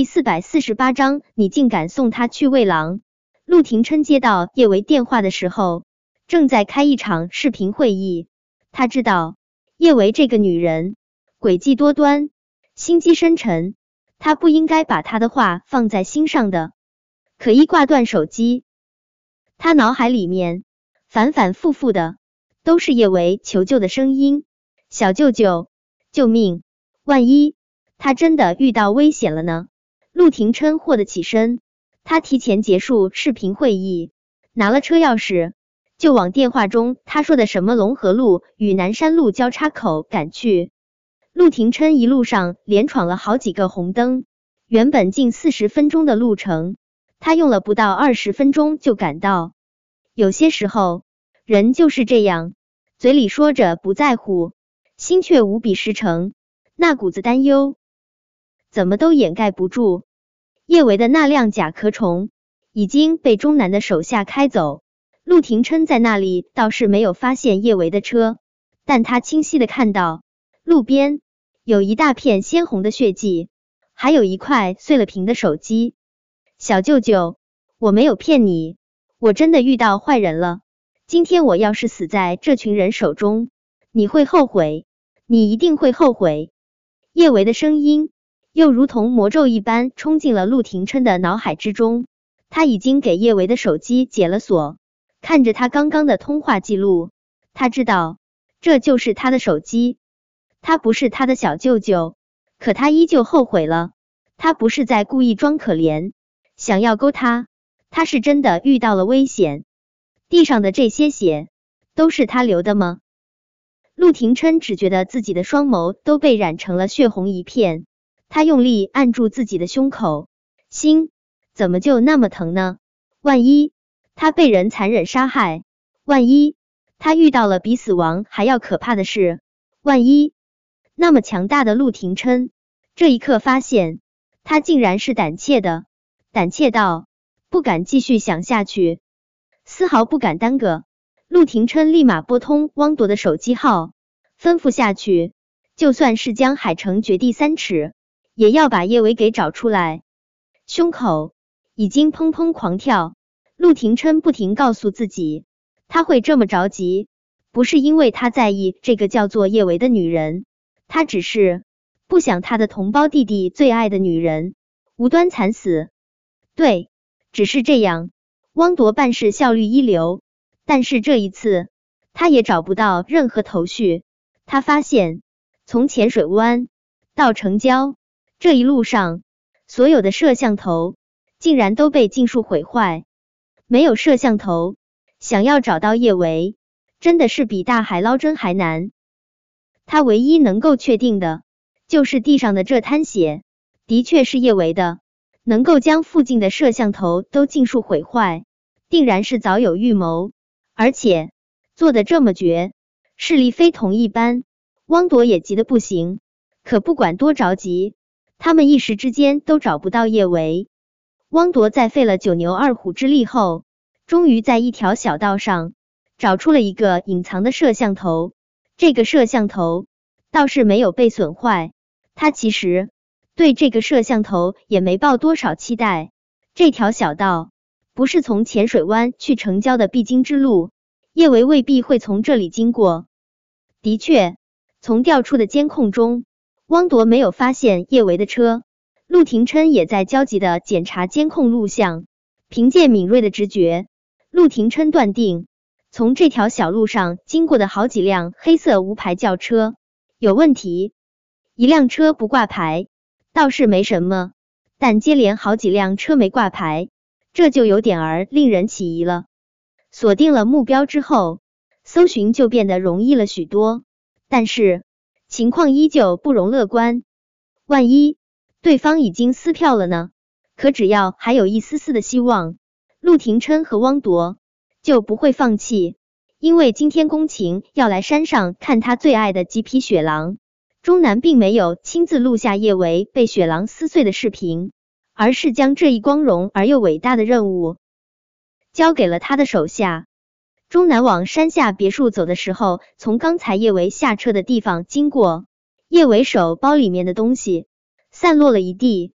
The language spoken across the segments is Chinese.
第448章，你竟敢送他去喂狼。陆廷琛接到叶维电话的时候，正在开一场视频会议。他知道叶维这个女人诡计多端，心机深沉，他不应该把她的话放在心上的。可一挂断手机，他脑海里面反反复复的都是叶维求救的声音。小舅舅，救命！万一他真的遇到危险了呢？陆廷琛豁得起身，他提前结束视频会议，拿了车钥匙，就往电话中他说的什么龙河路与南山路交叉口赶去。陆廷琛一路上连闯了好几个红灯，原本近40分钟的路程，他用了不到20分钟就赶到。有些时候，人就是这样，嘴里说着不在乎，心却无比实诚，那股子担忧怎么都掩盖不住。叶维的那辆甲壳虫已经被钟南的手下开走，陆廷琛在那里倒是没有发现叶维的车，但他清晰的看到路边有一大片鲜红的血迹，还有一块碎了屏的手机。小舅舅，我没有骗你，我真的遇到坏人了。今天我要是死在这群人手中，你会后悔，你一定会后悔。叶维的声音又如同魔咒一般冲进了陆廷琛的脑海之中。他已经给叶维的手机解了锁，看着他刚刚的通话记录，他知道这就是他的手机。他不是他的小舅舅，可他依旧后悔了。他不是在故意装可怜，想要勾他，他是真的遇到了危险。地上的这些血都是他流的吗？陆廷琛只觉得自己的双眸都被染成了血红一片，他用力按住自己的胸口，心怎么就那么疼呢？万一他被人残忍杀害，万一他遇到了比死亡还要可怕的事，万一……那么强大的陆廷琛，这一刻发现他竟然是胆怯的，胆怯到不敢继续想下去，丝毫不敢耽搁。陆廷琛立马拨通汪铎的手机号，吩咐下去，就算是将海城掘地3尺，也要把叶维给找出来。胸口已经砰砰狂跳，陆廷琛不停告诉自己，他会这么着急，不是因为他在意这个叫做叶维的女人，他只是不想他的同胞弟弟最爱的女人无端惨死。对，只是这样。汪铎办事效率一流，但是这一次他也找不到任何头绪。他发现从浅水湾到城郊这一路上，所有的摄像头竟然都被尽数毁坏。没有摄像头，想要找到叶维真的是比大海捞针还难。他唯一能够确定的就是地上的这滩血的确是叶维的，能够将附近的摄像头都尽数毁坏，定然是早有预谋，而且做得这么绝，势力非同一般。汪铎也急得不行，可不管多着急，他们一时之间都找不到叶维。汪铎在费了9牛2虎之力后，终于在一条小道上找出了一个隐藏的摄像头。这个摄像头倒是没有被损坏，他其实对这个摄像头也没抱多少期待。这条小道不是从浅水湾去城郊的必经之路，叶维未必会从这里经过。的确，从调出的监控中，汪铎没有发现叶维的车。陆廷琛也在焦急地检查监控录像，凭借敏锐的直觉，陆廷琛断定从这条小路上经过的好几辆黑色无牌轿车有问题。一辆车不挂牌倒是没什么，但接连好几辆车没挂牌，这就有点儿令人起疑了。锁定了目标之后，搜寻就变得容易了许多，但是情况依旧不容乐观。万一对方已经撕票了呢？可只要还有一丝丝的希望，陆廷琛和汪铎就不会放弃，因为今天龚晴要来山上看他最爱的几匹雪狼。钟南并没有亲自录下叶维被雪狼撕碎的视频，而是将这一光荣而又伟大的任务交给了他的手下。钟南往山下别墅走的时候，从刚才叶维下车的地方经过，叶维手包里面的东西散落了一地，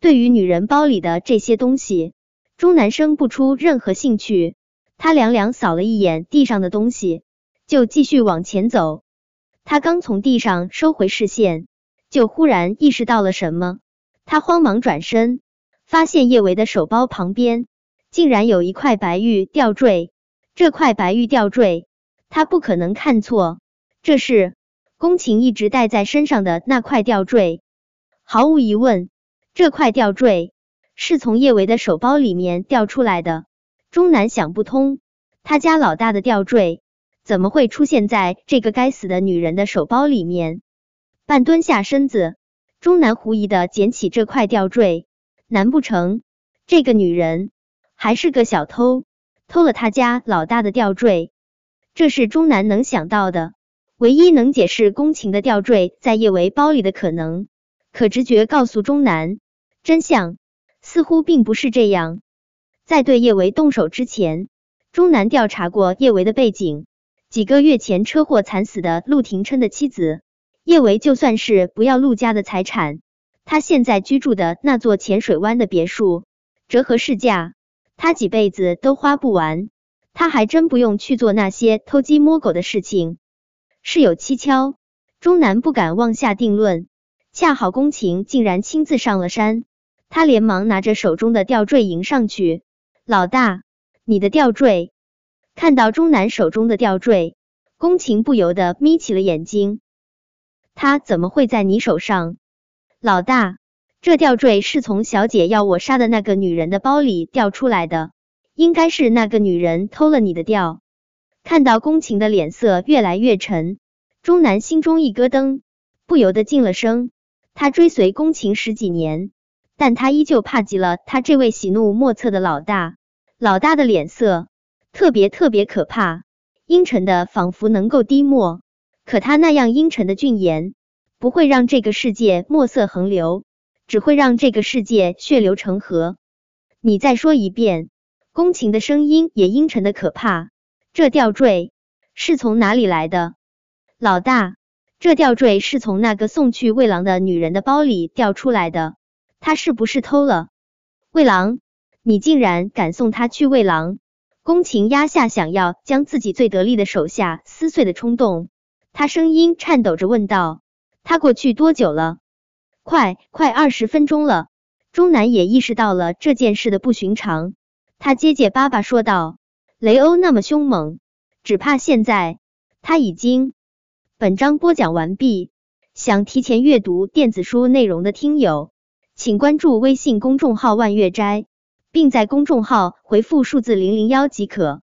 对于女人包里的这些东西，钟南生不出任何兴趣。他凉凉扫了一眼地上的东西，就继续往前走。他刚从地上收回视线，就忽然意识到了什么。他慌忙转身，发现叶维的手包旁边竟然有一块白玉吊坠。这块白玉吊坠，他不可能看错，这是宫琴一直戴在身上的那块吊坠。毫无疑问，这块吊坠是从叶维的手包里面掉出来的。钟南想不通，他家老大的吊坠怎么会出现在这个该死的女人的手包里面？半蹲下身子，钟南狐疑的捡起这块吊坠，难不成这个女人还是个小偷，偷了他家老大的吊坠？这是钟南能想到的唯一能解释宫琴的吊坠在叶维包里的可能。可直觉告诉钟南，真相似乎并不是这样。在对叶维动手之前，钟南调查过叶维的背景。几个月前车祸惨死的陆廷琛的妻子，叶维就算是不要陆家的财产，他现在居住的那座浅水湾的别墅，折合市价，他几辈子都花不完。他还真不用去做那些偷鸡摸狗的事情。事有蹊跷，钟南不敢妄下定论。恰好宫琴竟然亲自上了山，他连忙拿着手中的吊坠迎上去。老大，你的吊坠。看到钟南手中的吊坠，宫琴不由得眯起了眼睛。他怎么会在你手上？老大，这吊坠是从小姐要我杀的那个女人的包里掉出来的，应该是那个女人偷了你的吊。看到宫琴的脸色越来越沉，钟南心中一咯噔，不由得噤了声。他追随宫琴10几年，但他依旧怕极了他这位喜怒莫测的老大。老大的脸色特别可怕，阴沉的仿佛能够滴墨。可他那样阴沉的俊颜，不会让这个世界墨色横流，只会让这个世界血流成河。你再说一遍。宫琴的声音也阴沉的可怕。这吊坠是从哪里来的？老大，这吊坠是从那个送去魏郎的女人的包里掉出来的。她是不是偷了？魏郎，你竟然敢送她去魏郎？宫琴压下想要将自己最得力的手下撕碎的冲动，她声音颤抖着问道。他过去多久了？快20分钟了。钟南也意识到了这件事的不寻常，他结结巴巴说道。雷欧那么凶猛，只怕现在他已经……本章播讲完毕。想提前阅读电子书内容的听友，请关注微信公众号万月斋，并在公众号回复数字001即可。